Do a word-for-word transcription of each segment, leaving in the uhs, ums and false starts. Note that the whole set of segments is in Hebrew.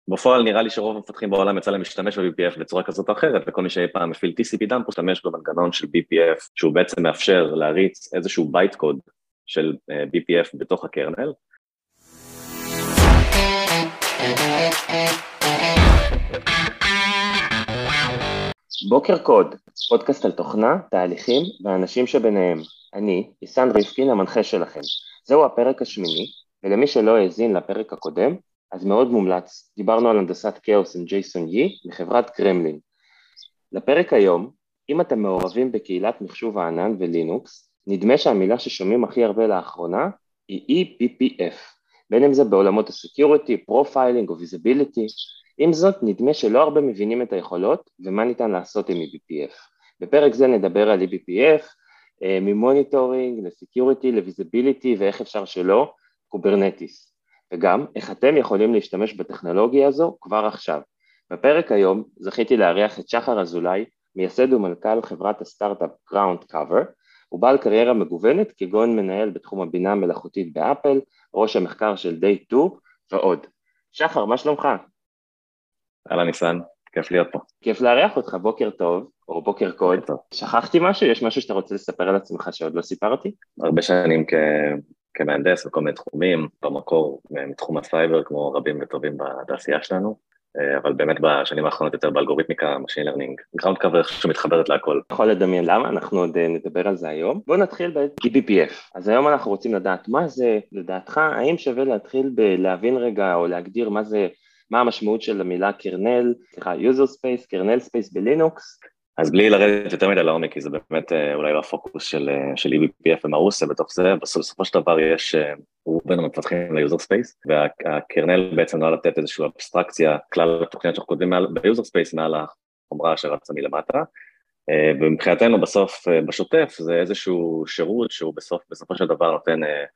בפועל נראה לי שרוב המפתחים בעולם יצא להם להשתמש ב-בי פי אף בצורה כזאת או אחרת, וכל מי שאי פעם מפעיל טי סי פי dump, משתמש במנגנון של בי פי אף, שהוא בעצם מאפשר להריץ איזשהו בייט קוד של בי פי אף בתוך הקרנל. בוקר קוד, פודקאסט על תוכנה, תהליכים ואנשים שביניהם. אני, איסן ריפקין, המנחה שלכם. זהו הפרק השמיני, ולמי שלא האזין לפרק הקודם, אז מאוד מומלץ. דיברנו על הנדסת כאוס עם ג'ייסון יי מחברת קרמלין. לפרק היום, אם אתם מעורבים בקהילת מחשוב הענן ולינוקס, נדמה שהמילה ששומעים הכי הרבה לאחרונה היא אי בי פי אף, בין אם זה בעולמות הסקיוריטי, פרופיילינג או ויזיביליטי. עם זאת, נדמה שלא הרבה מבינים את היכולות ומה ניתן לעשות עם אי בי פי אף. בפרק זה נדבר על אי בי פי אף, ממוניטורינג לסקיוריטי, לוויזיביליטי ואיך אפשר שלא, קוברנטיס. וגם איך אתם יכולים להשתמש בטכנולוגיה הזו כבר עכשיו. בפרק היום זכיתי לארח את שחר אזולאי, מייסד ומנכ"ל חברת הסטארט-אפ Ground Cover, הוא בעל קריירה מגוונת כגון מנהל בתחום הבינה המלאכותית באפל, ראש המחקר של דיי טו ועוד. שחר, מה שלומך? אהלן ניסן, כיף להיות פה. כיף לארח אותך, בוקר טוב, או בוקר קוד. טוב. שכחתי משהו? יש משהו שאתה רוצה לספר על עצמך שעוד לא סיפרתי? הרבה שנים כ... כמהנדס וכל מיני תחומים, במקור מתחום הסייבר כמו רבים וטובים בתעשייה שלנו, אבל באמת בשנים האחרונות יותר באלגוריתמיקה, Machine Learning, Ground Cover שמתחברת להכל. יכול לדמיין למה, אנחנו עוד נדבר על זה היום. בואו נתחיל ב-אי בי פי אף. אז היום אנחנו רוצים לדעת מה זה, לדעתך, האם שווה להתחיל בלהבין רגע או להגדיר מה זה, מה המשמעות של המילה קרנל, סליחה, user space, קרנל ספייס בלינוקס. אז בלי לרדת יותר מדי לעומק, כי זה באמת אולי לא הפוקוס של, של אי בי פי אף ומה הוא עושה בתוך זה, בסופו של דבר יש, הוא בין המפתחים ל-user space, והקרנל בעצם נועד לתת איזושהי אבסטרקציה, כלל התוכניות שאנחנו כותבים ב-user space מעל החומרה שרצה מלמטה, ומבחינתנו בסוף, בשוטף, זה איזשהו שירות שהוא בסוף, בסופו של דבר נותן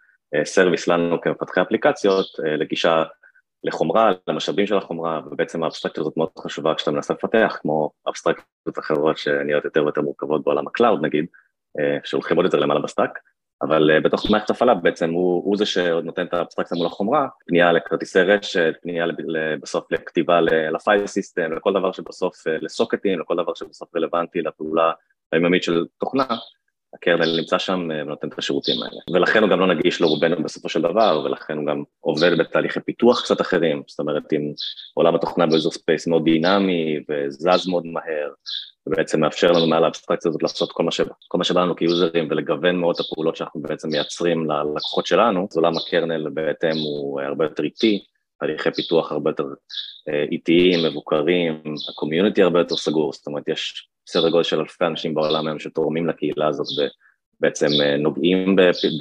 סרוויס לנו כמפתחי אפליקציות, לגישה לחומרה, למשאבים של החומרה, ובעצם האבסטרקציה הזאת מאוד חשובה כשאתה מנסה לפתח, כמו אבסטרקציות אחרות שנראות יותר ויותר מורכבות בעולם הקלאוד נגיד, שהולכים עוד יותר למעלה בסטאק, אבל בתוך מערכת הפעלה בעצם הוא, הוא זה שנותן את האבסטרקציה מול החומרה, פנייה לכרטיסי רשת, פנייה בסוף לכתיבה לפייל סיסטם, לכל דבר שבסוף לסוקטים, לכל דבר שבסוף רלוונטי לפעולה היומיומית של תוכנה, הקרנל נמצא שם ונותן את השירותים האלה. ולכן הוא גם לא נגיש לרובנו בסופו של דבר, ולכן הוא גם עובד בתהליכי פיתוח קצת אחרים, זאת אומרת, עם עולם התוכנה באזור ספייס מאוד דינמי, וזז מאוד מהר, ובעצם מאפשר לנו מעל האבסטרקציה הזאת לעשות כל מה, ש... כל מה שבאנו כיוזרים, ולגוון מאוד את הפעולות שאנחנו בעצם מייצרים ללקוחות שלנו. אז עולם הקרנל בהתאם הוא הרבה יותר איטי, תהליכי פיתוח הרבה יותר איטיים, מבוקרים, הקומיוניטי הרבה יותר סגור, זאת אומרת, יש סדר גודל של אלפי אנשים בעולם היום שתורמים לקהילה הזאת ובעצם נוגעים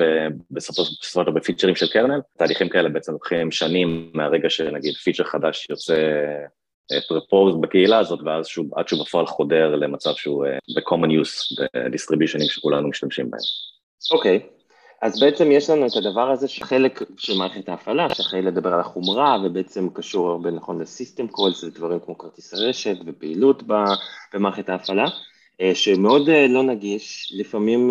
בסופו של דבר בפיצ'רים של קרנל. תהליכים כאלה בעצם לוקחים שנים מהרגע שנגיד פיצ'ר חדש יוצא פרפורס בקהילה הזאת, ואז שהוא, עד שהוא בפועל חודר למצב שהוא ב-common use, בדיסטריביושנים שכולנו משתמשים בהם. אוקיי. Okay. אז בעצם יש לנו את הדבר הזה שחלק של מערכת ההפעלה, שאחרי לדבר על החומרה, ובעצם קשור הרבה נכון לסיסטם קולס, ודברים כמו כרטיס הרשת ופעילות במערכת ההפעלה, שמאוד לא נגיש, לפעמים,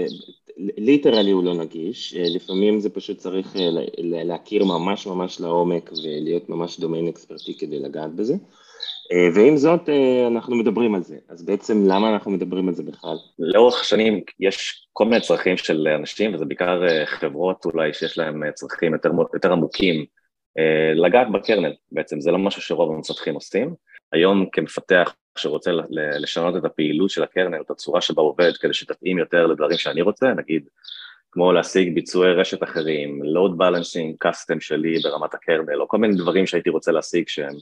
ליטרלי הוא לא נגיש, לפעמים זה פשוט צריך להכיר ממש ממש לעומק, ולהיות ממש דומיין אקספרטי כדי לגעת בזה. ועם זאת אנחנו מדברים על זה, אז בעצם למה אנחנו מדברים על זה בכלל? לאורך השנים יש כל מיני צרכים של אנשים, וזה בעיקר חברות אולי שיש להם צרכים יותר, יותר עמוקים, לגעת בקרנל בעצם, זה לא משהו שרוב המפתחים עושים. היום כמפתח שרוצה לשנות את הפעילות של הקרנל, את הצורה שבה עובד, כדי שתתאים יותר לדברים שאני רוצה, נגיד, כמו להשיג ביצועי רשת אחרים, load balancing, custom שלי ברמת הקרנל, או כל מיני דברים שהייתי רוצה להשיג שהם,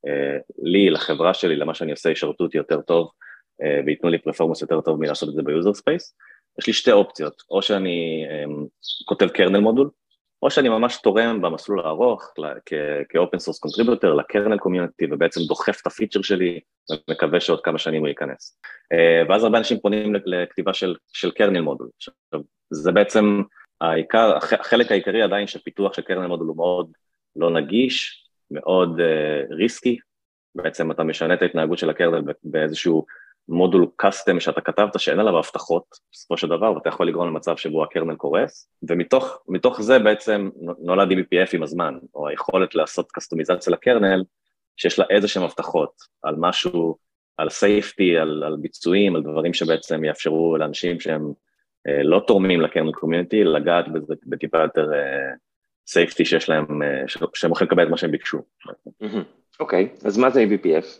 לי, לחברה שלי, למה שאני עושה, ישרתו אותי יותר טוב, ויתנו לי פרפורמנס יותר טוב מלעשות את זה ביוזר ספייס. יש לי שתי אופציות, או שאני כותב קרנל מודול, או שאני ממש תורם במסלול הארוך, כאופן סורס קונטריביוטר, לקרנל קומיוניטי, ובעצם דוחף את הפיצ'ר שלי, ומקווה שעוד כמה שנים הוא ייכנס. ואז הרבה אנשים פונים לכתיבה של, של קרנל מודול. זה בעצם העיקר, החלק העיקרי עדיין שפיתוח של קרנל מודול הוא מאוד לא נגיש, מאוד uh, ריסקי, בעצם אתה משנה את ההתנהגות של הקרנל באיזשהו מודול קסטם שאתה כתבת שאין עליו הבטחות בסופו של דבר, ואתה יכול לגרום למצב שבו הקרנל קורס, ומתוך מתוך זה בעצם נולד אי בי פי אף עם הזמן, או היכולת לעשות קסטומיזציה לקרנל, שיש לה איזה שהם הבטחות על משהו, על safety, על, על ביצועים, על דברים שבעצם יאפשרו לאנשים שהם אה, לא תורמים לקרנל קומיוניטי, לגעת בזה בטיפה יותר אה, safety שיש להם, אה, שהם יכולים לקבל את מה שהם ביקשו. אוקיי, okay, אז מה זה E V P F?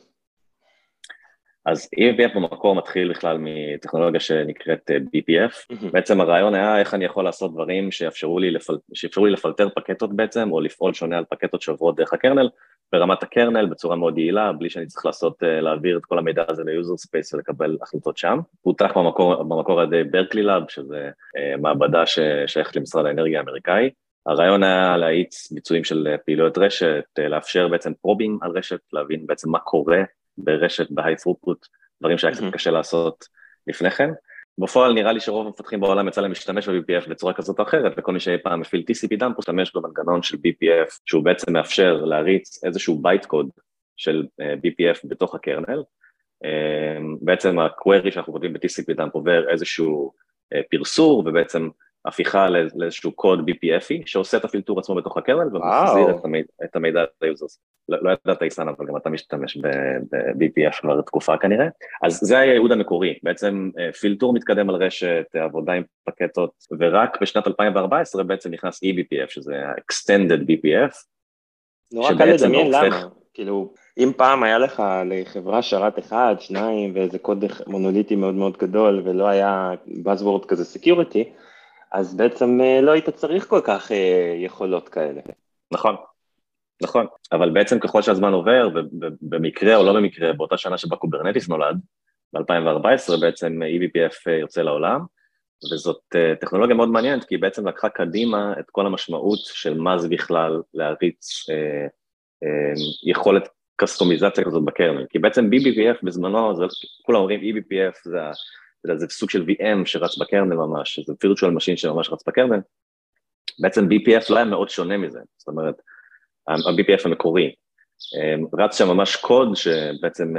אז E V P F במקור מתחיל בכלל מטכנולוגיה שנקראת B P F, mm-hmm. בעצם הרעיון היה איך אני יכול לעשות דברים שיאפשרו לי, לפל... שיאפשרו לי לפלטר פקטות בעצם, או לפעול שונה על פקטות שעוברות דרך הקרנל, ברמת הקרנל בצורה מאוד יעילה, בלי שאני צריך לעשות, להעביר את כל המידע הזה ל-user space ולקבל החלטות שם. פותח במקור, במקור על ידי ברקלי לאב, שזה מעבדה ששייכת למשרד האנרגיה האמריקאי. הרעיון היה להאיץ ביצועים של פעילויות רשת, לאפשר בעצם פרובינג על רשת, להבין בעצם מה קורה ברשת, בהיי ת'רופוט, דברים שהיה קצת קשה לעשות לפני כן. בפועל נראה לי שרוב המפתחים בעולם יצא להם להשתמש ב-B P F בצורה כזאת או אחרת, וכל מי שאי פעם מפעיל T C P dump הוא משתמש במנגנון של B P F, שהוא בעצם מאפשר להריץ איזשהו בייט קוד של B P F בתוך הקרנל. בעצם ה-query שאנחנו כותבים ב-T C P dump עובר איזשהו פרסור, ובעצם הפיכה לאיזשהו קוד B P F שעושה את הפילטור עצמו בתוך הקרנל, ומחזיר את המידע ליוזרס. לא ידעת איסן, אבל גם אתה משתמש ב-B P F כבר תקופה כנראה. אז זה היה הייעוד המקורי, בעצם פילטור מתקדם על רשת, עבודה עם פקטות, ורק בשנת אלפיים וארבע עשרה בעצם נכנס E V P F, שזה ה-Extended B P F. נורא קל לדמיין למה, כאילו, אם פעם היה לך לחברה שרת אחד, שניים, ואיזה קוד מונוליטי מאוד מאוד גדול, ולא היה Buzzword כזה Security, אז בעצם לא היית צריך כל כך יכולות כאלה. נכון, נכון, אבל בעצם ככל שהזמן עובר, ובמקרה או לא במקרה, באותה שנה שבה קוברנטיס נולד, ב-אלפיים וארבע עשרה בעצם E V P F יוצא לעולם, וזאת טכנולוגיה מאוד מעניינת, כי היא בעצם לקחה קדימה את כל המשמעות של מה זה בכלל להריץ אה, אה, יכולת קסטומיזציה כזאת בקרנל, כי בעצם B P P F בזמנו, זה, כולם אומרים E V P F זה, זה, זה סוג של V M שרץ בקרנל ממש, זה virtual machine שממש רץ בקרנל, בעצם B P F לא היה מאוד שונה מזה, זאת אומרת, ה-B P F המקורי, רץ שם ממש קוד שבעצם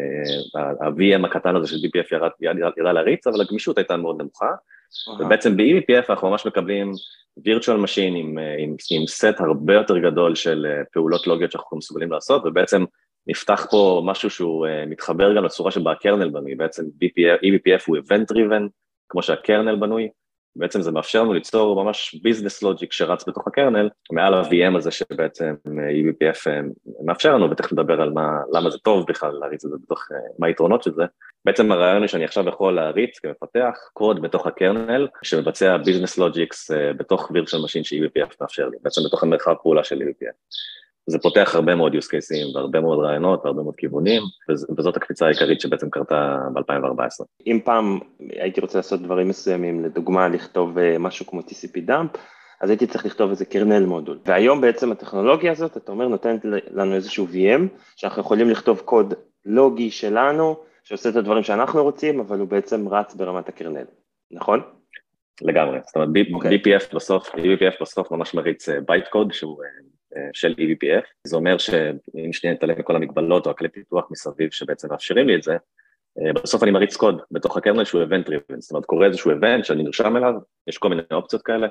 ה-V M הקטן הזה של B P F ירד, ידע להריץ, אבל הגמישות הייתה מאוד נמוכה, ובעצם ב-E V P F אנחנו ממש מקבלים virtual machine עם, עם, עם סט הרבה יותר גדול של פעולות לוגיות שאנחנו מסוגלים לעשות, ובעצם נפתח פה משהו שהוא מתחבר גם לצורה שבה הקרנל בנוי, בעצם E V P F הוא event driven, כמו שהקרנל בנוי, בעצם זה מאפשר לנו ליצור ממש ביזנס לוג'יק שרץ בתוך הקרנל, מעל ה-V M הזה שבעצם E V P F מאפשר לנו, ותכף נדבר על מה, למה זה טוב בכלל להריץ את זה בתוך, מה היתרונות של זה. בעצם הרעיון הוא שאני עכשיו יכול להריץ כמפתח קוד בתוך הקרנל, שמבצע ביזנס לוג'יקס בתוך virtual machine ש-E V P F מאפשר לי, בעצם בתוך המרחב פעולה של E V P F. זה פותח הרבה מאוד use cases והרבה מאוד רעיונות והרבה מאוד כיוונים, וזאת הקפיצה העיקרית שבעצם קרתה ב-אלפיים וארבע עשרה. אם פעם הייתי רוצה לעשות דברים מסוימים, לדוגמה לכתוב משהו כמו T C P dump, אז הייתי צריך לכתוב איזה קרנל מודול. והיום בעצם הטכנולוגיה הזאת, אתה אומר, נותנת לנו איזשהו V M, שאנחנו יכולים לכתוב קוד לוגי שלנו, שעושה את הדברים שאנחנו רוצים, אבל הוא בעצם רץ ברמת הקרנל, נכון? לגמרי, זאת אומרת, okay. B P F בסוף, E V P F בסוף ממש מריץ בייט קוד, שהוא של E V P F, זה אומר שאם שנייה נתעלם מכל המגבלות או הכלי פיתוח מסביב שבעצם מאפשרים לי את זה, בסוף אני מריץ קוד בתוך הקרנל שהוא event driven, זאת אומרת קורה איזשהו event שאני נרשם אליו, יש כל מיני אופציות כאלה,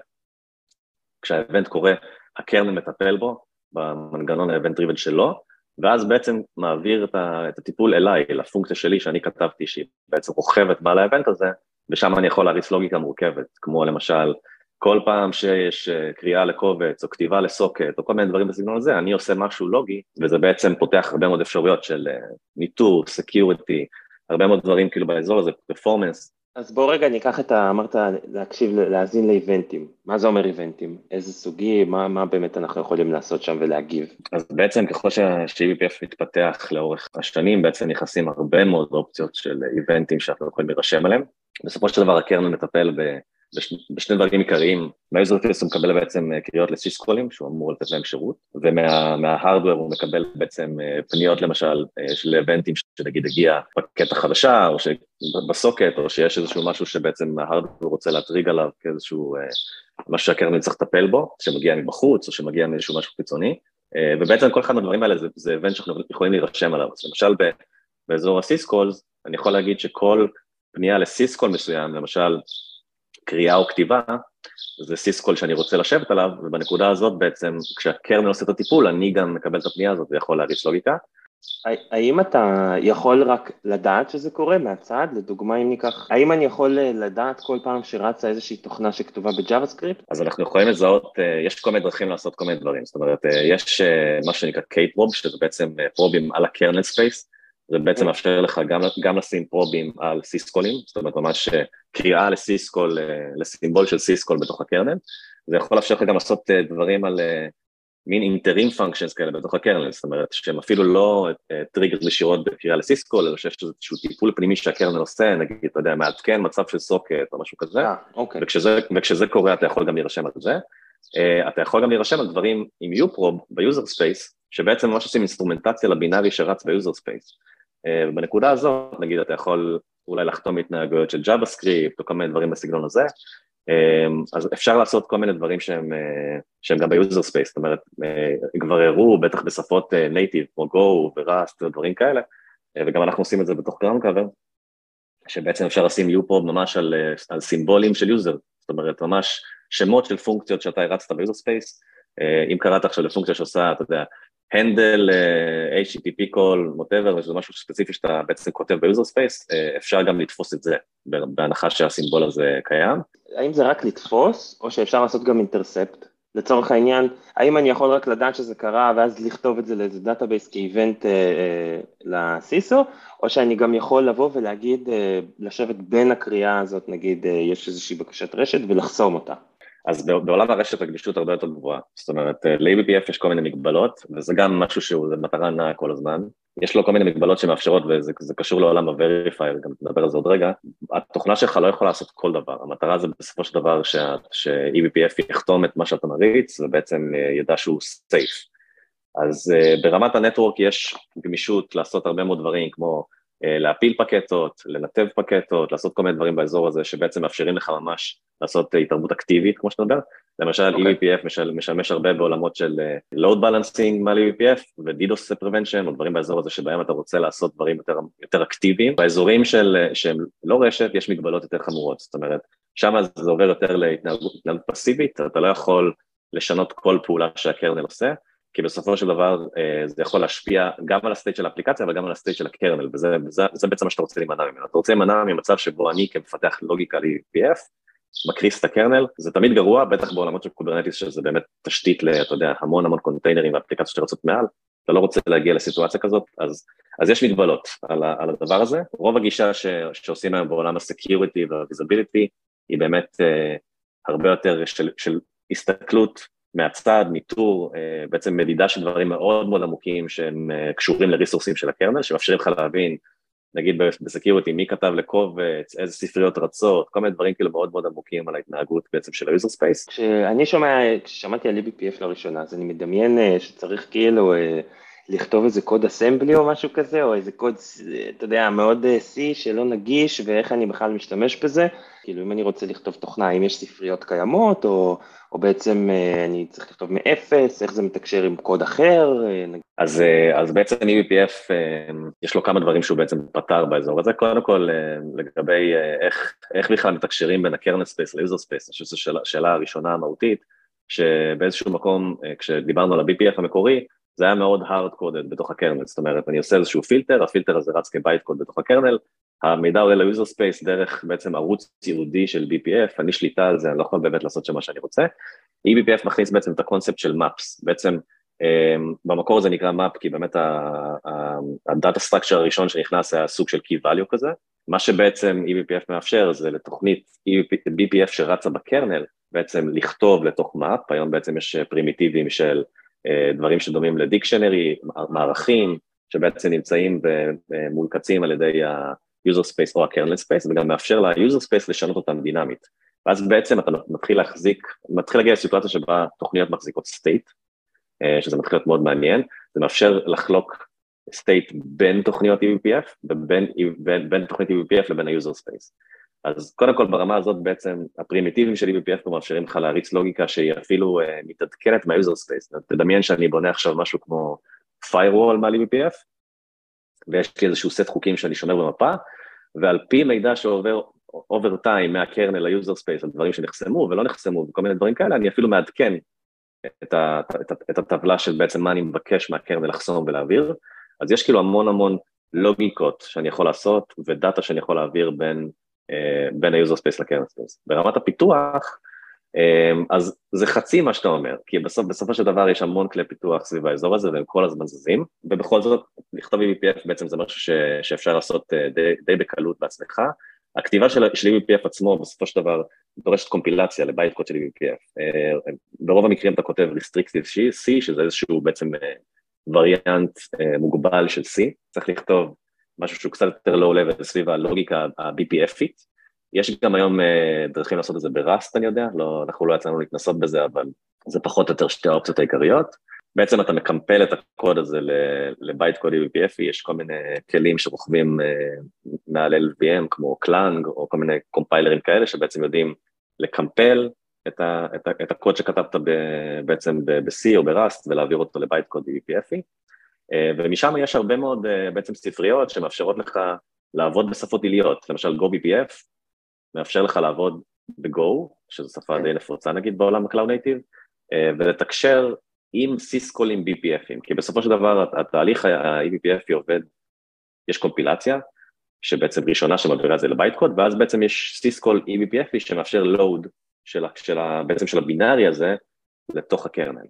כשהאבנט קורה, הקרנל מטפל בו, במנגנון ה-event driven שלו, ואז בעצם מעביר את הטיפול אליי, לפונקציה שלי שאני כתבתי, שהיא בעצם רוכבת בעל האבנט הזה, ושם אני יכול להריץ לוגיקה מורכבת, כמו למשל, כל פעם שיש קריאה לקובץ או כתיבה לסוקט או כל מיני דברים בסגנון הזה, אני עושה משהו לוגי, וזה בעצם פותח הרבה מאוד אפשרויות של ניטור, סקיוריטי, הרבה מאוד דברים כאילו באזור הזה, פרפורמנס. אז בוא רגע ניקח את ה... אמרת להקשיב, להאזין לאיבנטים. מה זה אומר איבנטים? איזה סוגים? מה, מה באמת אנחנו יכולים לעשות שם ולהגיב? אז בעצם ככל ש-E V P F מתפתח לאורך השנים, בעצם נכנסים הרבה מאוד אופציות של איבנטים שאנחנו יכולים להירשם עליהם. בסופו של דבר הקרנל מטפל ב... בשני דברים עיקריים, מהיוזר אינטרפייס הוא מקבל בעצם קריאות לסיסקולים, שהוא אמור לתת להם שירות, ומההארדוור הוא מקבל בעצם פניות למשל של איבנטים שנגיד הגיע פקטה חדשה, או שבסוקט, או שיש איזשהו משהו שבעצם ההארדוור רוצה להטריג עליו כאיזשהו משהו שהקרנל צריך לטפל בו, שמגיע מבחוץ, או שמגיע מאיזשהו משהו חיצוני, ובעצם כל אחד מהדברים האלה זה, זה איבנט שאנחנו יכולים להירשם עליו. אז למשל באזור הסיסקולס, אני יכול להגיד שכל פנייה לסיסקול מסוים, למשל קריאה או כתיבה, זה סיסקול שאני רוצה לשבת עליו, ובנקודה הזאת בעצם, כשהקרנל עושה את הטיפול, אני גם מקבל את הפנייה הזאת ויכול להריץ לוגיקה, האם אתה יכול רק לדעת שזה קורה מהצד? לדוגמה, אם ניקח, האם אני יכול לדעת כל פעם שרצה איזושהי תוכנה שכתובה בג'אווה סקריפט? אז אנחנו יכולים לזהות, יש כל מיני דרכים לעשות כל מיני דברים, זאת אומרת, יש מה שנקרא K-פרוב, שזה בעצם פרובים על הקרנל ספייס, זה בעצם מאפשר לך גם, גם לשים פרובים על סיסקולים, זאת אומרת, ממש קריאה לסיסקול, לסימבול של סיסקול בתוך הקרנל, זה יכול לאפשר לך גם לעשות דברים על מין אינטרים פונקשיינס כאלה בתוך הקרנל, זאת אומרת, שהם אפילו לא טריגר ישירות בקריאה לסיסקול, אלא שיש איזשהו טיפול פנימי שהקרנל עושה, נגיד, אתה יודע, מעדכן מצב של סוקט או משהו כזה, וכשזה, וכשזה קורה, אתה יכול גם להירשם על זה, אתה יכול גם להירשם על דברים עם U-Probe ביוזר ספייס, שבעצם ממש עושים אינסטרומנטציה לבינארי שרץ ביוזר ספייס, ובנקודה הזאת, נגיד, אתה יכול אולי לחתום התנהגויות של JavaScript, או כל מיני דברים בסגנון הזה, אז אפשר לעשות כל מיני דברים שהם, שהם גם ביוזר ספייס, זאת אומרת, כבר הראו, בטח בשפות נייטיב, כמו Go ו-Rust ודברים כאלה, וגם אנחנו עושים את זה בתוך גראונד קאבר, שבעצם אפשר לשים U-Probe ממש על, על סימבולים של יוזר, זאת אומרת, ממש שמות של פונקציות שאתה הרצת ביוזר ספייס, אם קראת עכשיו לפונקציה שעושה, אתה יודע, handle, H T T P call, whatever, וזה משהו ספציפי שאתה בעצם כותב ביוזר ספייס, אפשר גם לתפוס את זה, בהנחה שהסימבול הזה קיים. האם זה רק לתפוס, או שאפשר לעשות גם אינטרספט? לצורך העניין, האם אני יכול רק לדעת שזה קרה, ואז לכתוב את זה לאיזה דאטאבייס כאיבנט אה, לסיסו, או שאני גם יכול לבוא ולהגיד, אה, לשבת בין הקריאה הזאת, נגיד, אה, יש איזושהי בקשת רשת, ולחסום אותה. אז בעולם הרשת הגמישות הרבה יותר גבוהה, זאת אומרת, ל-A B P F יש כל מיני מגבלות, וזה גם משהו שהוא מטרה נעה כל הזמן, יש לו כל מיני מגבלות שמאפשרות, וזה קשור לעולם ה-Verifier, גם נדבר על זה עוד רגע, התוכנה שלך לא יכולה לעשות כל דבר, המטרה זה בסופו של דבר ש-E B P F יחתום את מה שאתה מריץ, ובעצם ידע שהוא safe. אז ברמת הנטוורק יש גמישות לעשות הרבה מאוד דברים, כמו להפיל פקטות, לנתב פקטות, לעשות כל מיני דברים באזור הזה, שבעצם מאפשרים לך ממש לעשות התערבות אקטיבית, כמו שאתה מדבר. למשל, okay. E B P F משל, משמש הרבה בעולמות של load balancing מעל E B P F, ו-DDoS prevention, או דברים באזור הזה שבהם אתה רוצה לעשות דברים יותר, יותר אקטיביים. באזורים של, שהם לא רשת, יש מגבלות יותר חמורות, זאת אומרת, שם זה עובר יותר להתנהגות פסיבית, אתה לא יכול לשנות כל פעולה שהקרנל עושה, כי בסופו של דבר זה יכול להשפיע גם על הסטייט של האפליקציה, אבל גם על הסטייט של הקרנל, וזה זה, זה בעצם מה שאתה רוצה להימנע ממנו. אתה רוצה להימנע ממצב שבו אני כמפתח לוגיקה ל-E B P F, מקריס את הקרנל, זה תמיד גרוע, בטח בעולמות של קוברנטיס, שזה באמת תשתית ל, אתה יודע, המון המון קונטיינרים ואפליקציות שרצות מעל, אתה לא רוצה להגיע לסיטואציה כזאת, אז, אז יש מגבלות על, על הדבר הזה. רוב הגישה ש, שעושים היום בעולם הסקיוריטי והוויזיביליטי, היא באמת uh, הרבה יותר של, של הסתכלות, מהצד, ניטור, בעצם מדידה של דברים מאוד מאוד עמוקים שהם קשורים לריסורסים של הקרנל, שמאפשרים לך להבין, נגיד בסקיוריטי, מי כתב לקובץ, איזה ספריות רצות, כל מיני דברים כאילו מאוד מאוד עמוקים על ההתנהגות בעצם של היוזר ספייס. כשאני שומע, כששמעתי על E B P F לראשונה, אז אני מדמיין שצריך כאילו לכתוב איזה קוד אסמבלי או משהו כזה, או איזה קוד, אתה יודע, מאוד C שלא נגיש, ואיך אני בכלל משתמש בזה. כאילו, אם אני רוצה לכתוב תוכנה, אם יש ספריות קיימות, או, או בעצם אני צריך לכתוב מאפס, איך זה מתקשר עם קוד אחר. אז, אז בעצם E B P F, יש לו כמה דברים שהוא בעצם פתר באזור הזה. קודם כל, לגבי איך, איך בכלל מתקשרים בין ה-kernel space ל-user space, אני חושב שזו שאלה הראשונה המהותית, שבאיזשהו מקום, כשדיברנו על ה-B P F המקורי, זה היה מאוד hard-coded בתוך הקרנל, זאת אומרת, אני עושה איזשהו פילטר, הפילטר הזה רץ כבייט קוד בתוך הקרנל, המידע עולה ל-user space דרך בעצם ערוץ ייעודי של B P F, אני שליטה על זה, אני לא יכול באמת לעשות שם מה שאני רוצה. E B P F מכניס בעצם את הקונספט של maps, בעצם במקור זה נקרא map, כי באמת הדאטה סטרקצ'ר הראשון שנכנס היה סוג של key value כזה, מה שבעצם E B P F מאפשר זה לתוכנית B P F שרצה בקרנל, בעצם לכתוב לתוך map, היום בעצם יש פרימיטיבים של דברים שדומים לדיקשנרי, מערכים שבעצם נמצאים ומולקצים על ידי ה-user space או ה-kernel space, וגם מאפשר ל-user space לשנות אותם דינמית. ואז בעצם אתה מתחיל להחזיק, מתחיל להגיע לסיטואציה שבה תוכניות מחזיקות state, שזה מתחיל להיות מאוד מעניין, זה מאפשר לחלוק state בין תוכניות E B P F, ובין בין, בין תוכנית E B P F לבין ה-user space. אז קודם כל ברמה הזאת בעצם הפרימיטיבים של E B P F מאפשרים לך להריץ לוגיקה שהיא אפילו uh, מתעדכנת מה-user space. תדמיין שאני בונה עכשיו משהו כמו firewall מה-E B P F, ויש לי איזשהו סט חוקים שאני שומר במפה, ועל פי מידע שעובר over time מהקרנל ל-user space, על דברים שנחסמו ולא נחסמו וכל מיני דברים כאלה, אני אפילו מעדכן את, ה, את, את הטבלה של בעצם מה אני מבקש מהקרנל לחסום ולהעביר, אז יש כאילו המון המון לוגיקות שאני יכול לעשות, ודאטה שאני יכול להעביר בין, בין ה-user space ל-kernel space. ברמת הפיתוח, אז זה חצי מה שאתה אומר, כי בסוף, בסופו של דבר יש המון כלי פיתוח סביב האזור הזה, והם כל הזמן זזים, ובכל זאת, לכתוב E V P F בעצם זה משהו ש, שאפשר לעשות די, די בקלות בעצמך. הכתיבה של, של E V P F עצמו, בסופו של דבר, דורשת קומפילציה לבית קוד של E V P F. ברוב המקרים אתה כותב restrictive C, שזה איזשהו בעצם וריאנט מוגבל של C, צריך לכתוב משהו שהוא קצת יותר low level סביב הלוגיקה ה-B P F-ית, יש גם היום דרכים לעשות את זה בראסט, אני יודע, לא, אנחנו לא יצאנו להתנסות בזה, אבל זה פחות או יותר שתי האופציות העיקריות. בעצם אתה מקמפל את הקוד הזה לבייט קוד E V P F, יש כל מיני כלים שרוכבים מעל L V M, כמו קלאנג, או כל מיני קומפיילרים כאלה, שבעצם יודעים לקמפל את, ה, את, ה, את הקוד שכתבת ב, בעצם ב-C או בראסט, ולהעביר אותו לבייט קוד E V P F. ומשם יש הרבה מאוד בעצם ספריות שמאפשרות לך לעבוד בשפות עיליות, למשל Go B P F, מאפשר לך לעבוד ב-Go, שזו שפה די נפוצה נגיד בעולם ה-Cloud Native, ולתקשר עם סיסקולים B P F'ים, כי בסופו של דבר התהליך ה-E V P F עובד, יש קומפילציה, שבעצם ראשונה שמעבירה את זה לבייט קוד, ואז בעצם יש סיסקול E V P F שמאפשר לואוד של, של, בעצם של הבינארי הזה לתוך הקרנל,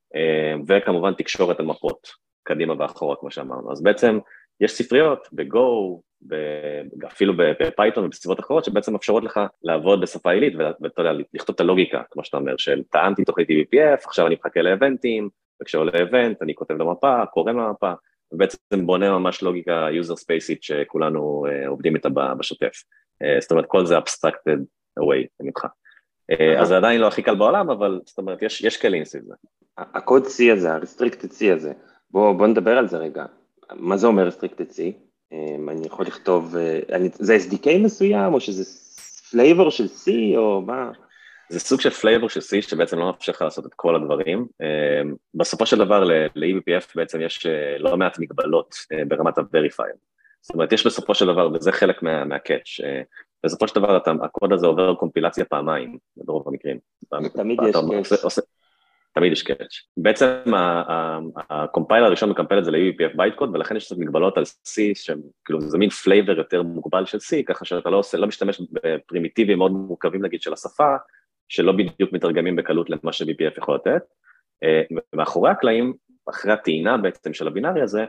וכמובן תקשורת על מפות, קדימה ואחורה כמו שאמרנו, אז בעצם יש ספריות ב-Go, אפילו בפייתון ובסביבות אחרות, שבעצם אפשרות לך לעבוד בשפה עילית, ואתה יודע, לכתוב את הלוגיקה, כמו שאתה אומר, של טענתי תוכנית E V P F, עכשיו אני מחכה לאבנטים, וכשעולה אבנט, אני כותב למפה, קורא למפה, ובעצם בונה ממש לוגיקה user space-ית, שכולנו עובדים איתה בשוטף. זאת אומרת, כל זה abstracted away ממך. אז זה עדיין לא הכי קל בעולם, אבל זאת אומרת, יש כלים סביב זה. הקוד C הזה, ה-restricted C הזה, בוא נדבר על זה רגע. מה זה אומר restricted C? אני יכול לכתוב, זה S D K מסוים, או שזה flavor של C, או מה? זה סוג של flavor של C, שבעצם לא מאפשר לך לעשות את כל הדברים. בסופו של דבר, ל-E V P F בעצם יש לא מעט מגבלות ברמת ה-verifier. זאת אומרת, יש בסופו של דבר, וזה חלק מה-catch, בסופו של דבר, הקוד הזה עובר קומפילציה פעמיים, ברוב המקרים. תמיד יש catch. תמיד יש קאץ'. בעצם הקומפיילר הראשון מקמפל את זה ל-E V P F בייט קוד, ולכן יש קצת מגבלות על C, שכאילו זה מין פלייבר יותר מוגבל של C, ככה שאתה לא עושה, לא משתמש בפרימיטיבים מאוד מורכבים נגיד של השפה, שלא בדיוק מתרגמים בקלות למה ש-B P F יכול לתת. ומאחורי הקלעים, אחרי הטעינה בעצם של הבינארי הזה,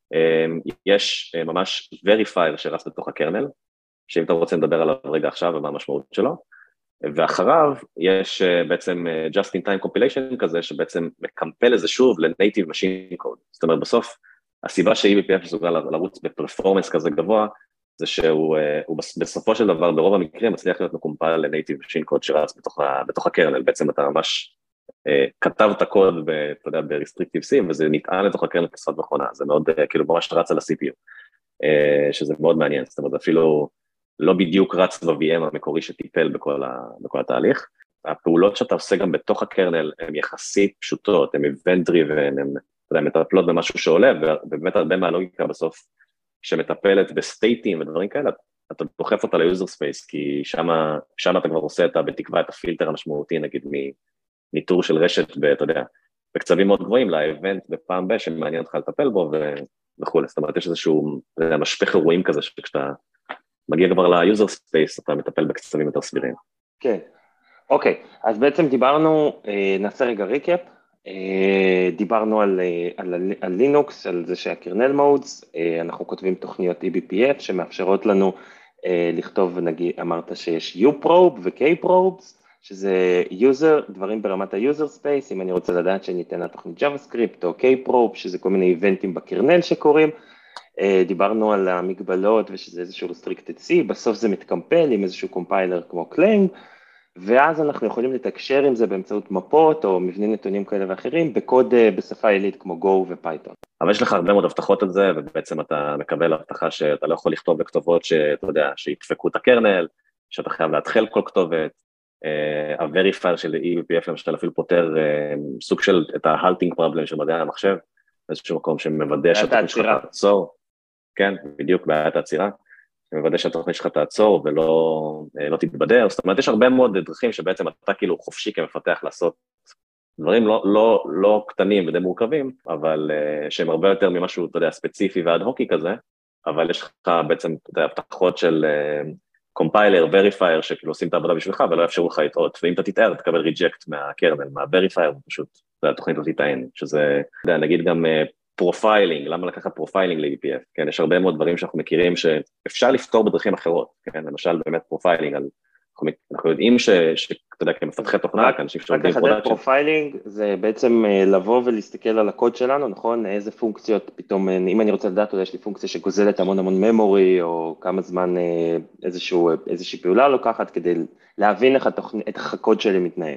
יש ממש verifier שרץ בתוך הקרנל, שאם אתה רוצה לדבר עליו רגע עכשיו ומה המשמעות שלו, ואחריו יש בעצם just in time compilation כזה, שבעצם מקמפל איזה שוב ל-native machine code. זאת אומרת, בסוף, הסיבה ש-E V P F מסוגל לרוץ בפרפורמנס כזה גבוה, זה שהוא בסופו של דבר, ברוב המקרים, מצליח להיות מקומפל ל-native machine code שרץ בתוך, בתוך הקרנל. בעצם אתה ממש כתב את הקוד, אתה יודע, ב-restrictive C, וזה נטען לתוך הקרנל כשפת מכונה. זה מאוד, כאילו, ממש רץ על ה-C P U, שזה מאוד מעניין. זאת אומרת, אפילו לא בדיוק רץ ב-V M המקורי שטיפל בכל, ה, בכל התהליך. הפעולות שאתה עושה גם בתוך הקרנל הן יחסית פשוטות, הן event driven, הן מטפלות במשהו שעולה, ובאמת הרבה מהלוגיקה בסוף, שמטפלת בסטייטים ודברים כאלה, אתה דוחף אותה ל-user space, כי שמה, שמה אתה כבר עושה אתה בתקווה את הפילטר המשמעותי, נגיד מניטור של רשת, אתה יודע, בקצבים מאוד גבוהים, ל-event בפעם ב, שמעניין אותך לטפל בו וכו'. זאת אומרת, יש איזשהו משפך אירועים כזה, שכשאתה מגיע כבר ל-user space, אתה מטפל בקצבים יותר סבירים. כן, אוקיי, אז בעצם דיברנו, נעשה רגע ריקאפ, דיברנו על, על, על לינוקס, על זה שהקרנל מודס, אנחנו כותבים תוכניות E B P F שמאפשרות לנו לכתוב, נגיד, אמרת שיש U-probe ו-K-probes, שזה user, דברים ברמת ה-user space, אם אני רוצה לדעת שניתן לתוכנית JavaScript או K-probe, שזה כל מיני איבנטים בקרנל שקורים, דיברנו על המגבלות ושזה איזשהו restricted C, בסוף זה מתקמפל עם איזשהו קומפיילר כמו קלנג, ואז אנחנו יכולים לתקשר עם זה באמצעות מפות או מבנים נתונים כאלה ואחרים, בקוד בשפה עילית כמו Go ופייתון. אבל יש לך הרבה מאוד הבטחות על זה, ובעצם אתה מקבל הבטחה שאתה לא יכול לכתוב בכתובות שאתה יודע, שידפקו את הקרנל, שאתה חייב להתחיל כל כתובת, ה-verifier של E V P F למשל אפילו פותר סוג של את ה-halting problem של מדעי המחשב, איזשהו מקום שמוודא שהתוכנית שלך תעצור, כן, בדיוק בעיית העצירה, שמוודא שהתוכנית שלך תעצור ולא לא תתבדר, זאת אומרת, יש הרבה מאוד דרכים שבעצם אתה כאילו חופשי כמפתח לעשות דברים לא, לא, לא קטנים ודי מורכבים, אבל uh, שהם הרבה יותר ממשהו, אתה יודע, ספציפי ועד הוקי כזה, אבל יש לך בעצם, אתה יודע, הבטחות של קומפיילר, uh, וריפייר, שכאילו עושים את העבודה בשבילך ולא יאפשרו לך לטעות, ואם אתה תתאר, תקבל ריג'קט מהקרנל, מהווריפייר, פשוט, אתה יודע, התוכנית לא תטען, שזה, אתה יודע, נגיד גם פרופיילינג, uh, למה לקחת פרופיילינג ל-E P F, כן, יש הרבה מאוד דברים שאנחנו מכירים שאפשר לפתור בדרכים אחרות, כן, למשל באמת פרופיילינג על אנחנו יודעים שאתה יודע, כמפתחי תוכנה, כאנשים שעובדים פרודקשן. פרופיילינג זה בעצם לבוא ולהסתכל על הקוד שלנו, נכון? איזה פונקציות פתאום, אם אני רוצה לדעת, יש לי פונקציה שגוזלת המון המון ממורי, או כמה זמן איזשהו, איזושהי פעולה לוקחת, כדי להבין איך הקוד שלי מתנהל.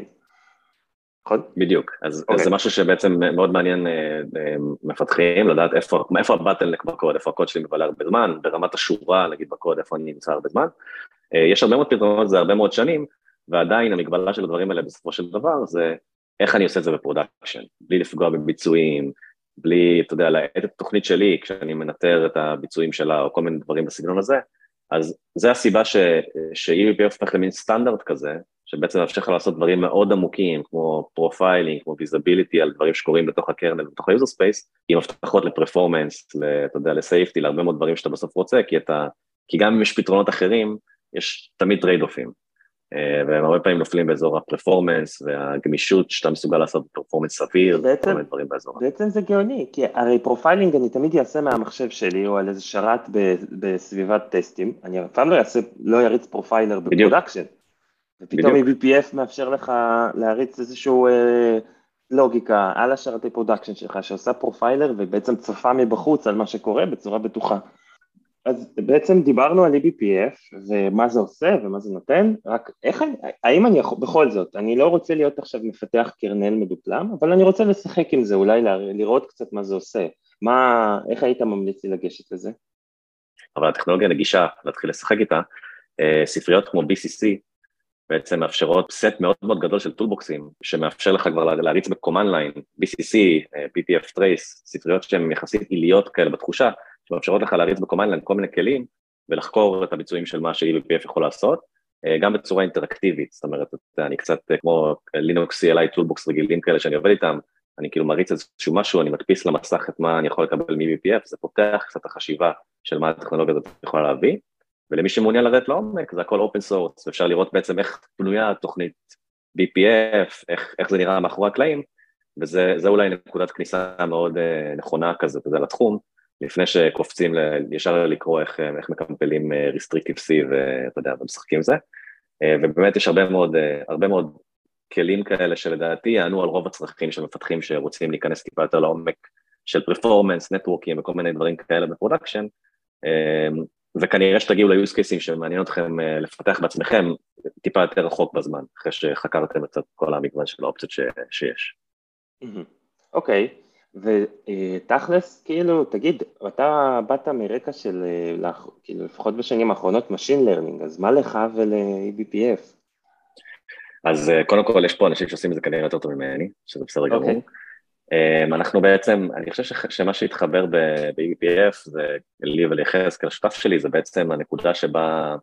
נכון? בדיוק, אז זה משהו שבעצם מאוד מעניין מפתחים, לדעת איפה הבטלנק בקוד, איפה הקוד שלי מבלה הרבה זמן, ברמת השורה, נגיד בקוד, איפה אני נמצא הרבה זמן. יש הרבה מאוד פתרונות, זה הרבה מאוד שנים, ועדיין המגבלה של הדברים האלה בסופו של דבר, זה איך אני עושה את זה בפרודקשן, בלי לפגוע בביצועים, בלי, אתה יודע, להעט את התוכנית שלי, כשאני מנטר את הביצועים שלה, או כל מיני דברים בסגנון הזה, אז זה הסיבה ש-E V P F הופך למין סטנדרט כזה, שבעצם מאפשר לך לעשות דברים מאוד עמוקים, כמו פרופיילינג, כמו ויזביליטי, על דברים שקורים בתוך הקרנל, בתוך ה-user space, עם הבטחות לפרפורמנס, אתה יודע, לסייפטי, להרבה מאוד דברים שאתה בסוף רוצה, כי, אתה, כי גם אם יש פתרונות אחרים, יש תמיד טרייד-אופים, והם הרבה פעמים נופלים באזור הפרפורמנס, והגמישות שאתה מסוגל לעשות בפרפורמנס סביר, וכל מיני דברים באזור. בעצם זה גאוני, כי הרי פרופיילינג אני תמיד אעשה מהמחשב שלי, או על איזה שרת בסביבת טסטים, אני פעם לא אעשה, לא יריץ פרופיילר בפרודקשן, ופתאום E V P F מאפשר לך להריץ איזשהו לוגיקה על השרתי פרודקשן שלך, שעושה פרופיילר, ובעצם צופה מבחוץ על מה שקורה בצורה בטוחה. אז בעצם דיברנו על E B P F ומה זה עושה ומה זה נותן, רק איך אני, האם אני יכול, בכל זאת, אני לא רוצה להיות עכשיו מפתח קרנל מדופלם, אבל אני רוצה לשחק עם זה, אולי לראות קצת מה זה עושה, מה, איך היית ממליץ לי לגשת לזה? אבל הטכנולוגיה נגישה, להתחיל לשחק איתה, ספריות כמו B C C, בעצם מאפשרות סט מאוד מאוד גדול של טולבוקסים, שמאפשר לך כבר להריץ בקומן ליין, B C C, P P F Trace, ספריות שהן יחסית עיליות כאלה בתחושה, שמאפשרות לך להריץ בקומן ליין כל מיני כלים, ולחקור את הביצועים של מה ש-E V P F יכול לעשות, גם בצורה אינטראקטיבית, זאת אומרת, אני קצת כמו Linux C L I טולבוקס רגילים כאלה שאני עובד איתם, אני כאילו מריץ איזשהו משהו, אני מדפיס למסך את מה אני יכול לקבל מ-E V P F, זה פותח קצת החשיבה של מה הטכנולוגיה הזאת יכולה להביא, ולמי שמעוניין לרדת לעומק, זה הכל אופן סורס, ואפשר לראות בעצם איך בנויה התוכנית B P F, איך, איך זה נראה מאחורי הקלעים, וזה אולי נקודת כניסה מאוד uh, נכונה כזה, אתה יודע, לתחום, לפני שקופצים ל, ישר לקרוא איך, איך מקמפלים uh, restrictive C, ואתה יודע, ומשחקים זה, uh, ובאמת יש הרבה מאוד, uh, הרבה מאוד כלים כאלה שלדעתי יענו על רוב הצרכים של מפתחים שרוצים להיכנס טיפה יותר לעומק של פרפורמנס, נטוורקים וכל מיני דברים כאלה בפרודקשן, uh, וכנראה שתגיעו ל-use cases שמעניין אתכם לפתח בעצמכם טיפה יותר רחוק בזמן, אחרי שחקרתם את כל המגוון של האופציות שיש. אוקיי, ותכלס, כאילו, תגיד, אתה באת מרקע של, כאילו, לפחות בשנים האחרונות, Machine Learning, אז מה לך ול-E B P F? אז קודם כל, יש פה אנשים שעושים את זה כנראה יותר טוב ממני, שזה בסדר גמור. אנחנו בעצם, אני חושב שמה שהתחבר ב-E P F, זה לי וליחזקאל השותף שלי, זה בעצם הנקודה שבה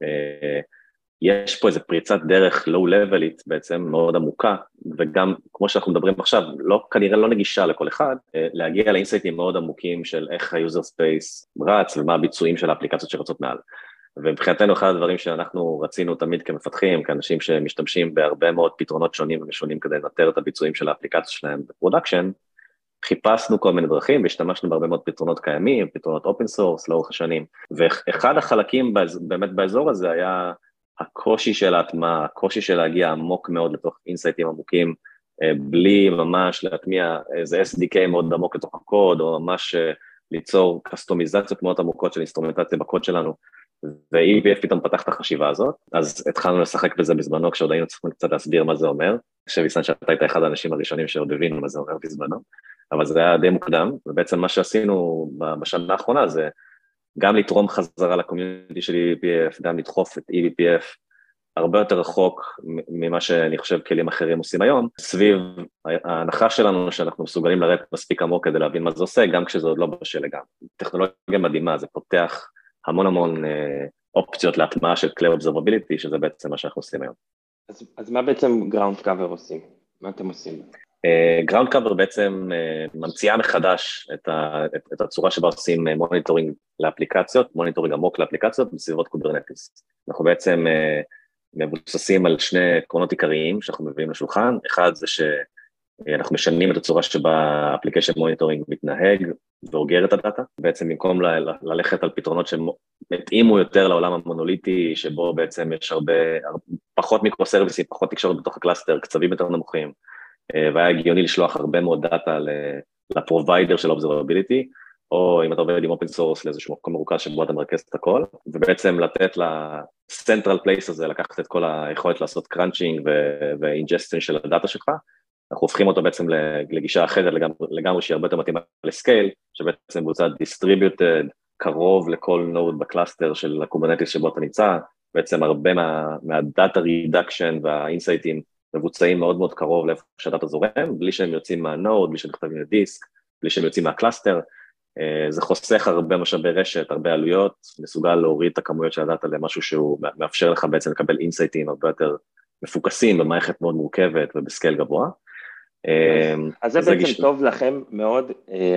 יש פה איזו פריצת דרך לואו-לבלית בעצם, מאוד עמוקה, וגם כמו שאנחנו מדברים עכשיו, לא, כנראה לא נגישה לכל אחד, להגיע לאינסייטים מאוד עמוקים של איך ה-user space רץ, ומה הביצועים של האפליקציות שרצות מעל. ומבחינתנו אחד הדברים שאנחנו רצינו תמיד כמפתחים, כאנשים שמשתמשים בהרבה מאוד פתרונות שונים ומשונים כדי לנטר את הביצועים של האפליקציות שלהם בפרודקשן, חיפשנו כל מיני דרכים והשתמשנו בהרבה מאוד פתרונות קיימים, פתרונות אופן סורס לאורך השנים, ואחד החלקים באמת באזור הזה היה הקושי של ההטמעה, הקושי של להגיע עמוק מאוד לתוך אינסייטים עמוקים, בלי ממש להטמיע איזה S D K מאוד עמוק לתוך הקוד, או ממש ליצור קסטומיזציות מאוד עמוקות של אינסטרומנטציה בקוד שלנו, ו-E V P F פתאום פתח את החשיבה הזאת, אז התחלנו לשחק בזה בזמנו, כשעוד היינו צריכים קצת להסביר מה זה אומר, אני חושב איסן שאתה היית אחד האנשים הראשונים שעוד הבינו מה זה אומר בזמנו, אבל זה היה די מוקדם, ובעצם מה שעשינו בשנה האחרונה זה גם לתרום חזרה לקומיוניטי של E V P F, גם לדחוף את E V P F הרבה יותר רחוק ממה שאני חושב כלים אחרים עושים היום, סביב ההנחה שלנו שאנחנו מסוגלים לרדת מספיק עמוק כדי להבין מה זה עושה, גם כשזה עוד לא בשל לגמרי. טכנולוגיה מדהימה, זה פותח המון המון אופציות להטמעה של כלי observability, שזה בעצם מה שאנחנו עושים היום. אז, אז מה בעצם ground cover עושים? מה אתם עושים? גראונד קאבר בעצם ממציאה מחדש את, ה, את, את הצורה שבה עושים מוניטורינג לאפליקציות, מוניטורינג עמוק לאפליקציות בסביבות קוברנטיס. אנחנו בעצם מבוססים על שני עקרונות עיקריים שאנחנו מביאים לשולחן. אחד זה שאנחנו משנים את הצורה שבה האפליקיישן מוניטורינג מתנהג ואוגר את הדאטה, בעצם במקום ל- ל- ללכת על פתרונות שמתאימו יותר לעולם המונוליטי, שבו בעצם יש הרבה, פחות מיקרו-סרוויסים, פחות תקשורת בתוך הקלאסטר, קצבים יותר נמוכים, והיה הגיוני לשלוח הרבה מאוד דאטה לפרוביידר של observability, או אם אתה עובד עם אופן סורס לאיזשהו מקום מרוכז שבו אתה מרכז את הכל, ובעצם לתת ל-central place הזה, לקחת את כל היכולת לעשות קראנצ'ינג ו-ingestion של הדאטה שלך, אנחנו הופכים אותו בעצם לגישה אחרת לגמרי, לגמרי שהיא הרבה יותר מתאימה לסקייל, שבעצם מבוצע distributed, קרוב לכל נוד בקלאסטר של הקוברנטיס שבו אתה נמצא, בעצם הרבה מה, מה-data reduction והאינסייטים מבוצעים מאוד מאוד קרוב לאיפה שהדאטה זורם, בלי שהם יוצאים מהנוד, בלי שהם נכתבים לדיסק, בלי שהם יוצאים מהקלאסטר, זה חוסך הרבה משאבי רשת, הרבה עלויות, מסוגל להוריד את הכמויות של הדאטה למשהו שהוא מאפשר לך בעצם לקבל אינסייטים הרבה יותר מפוקסים במערכת מאוד מורכבת ובסקייל גבוה. אז זה בעצם טוב לכם מאוד,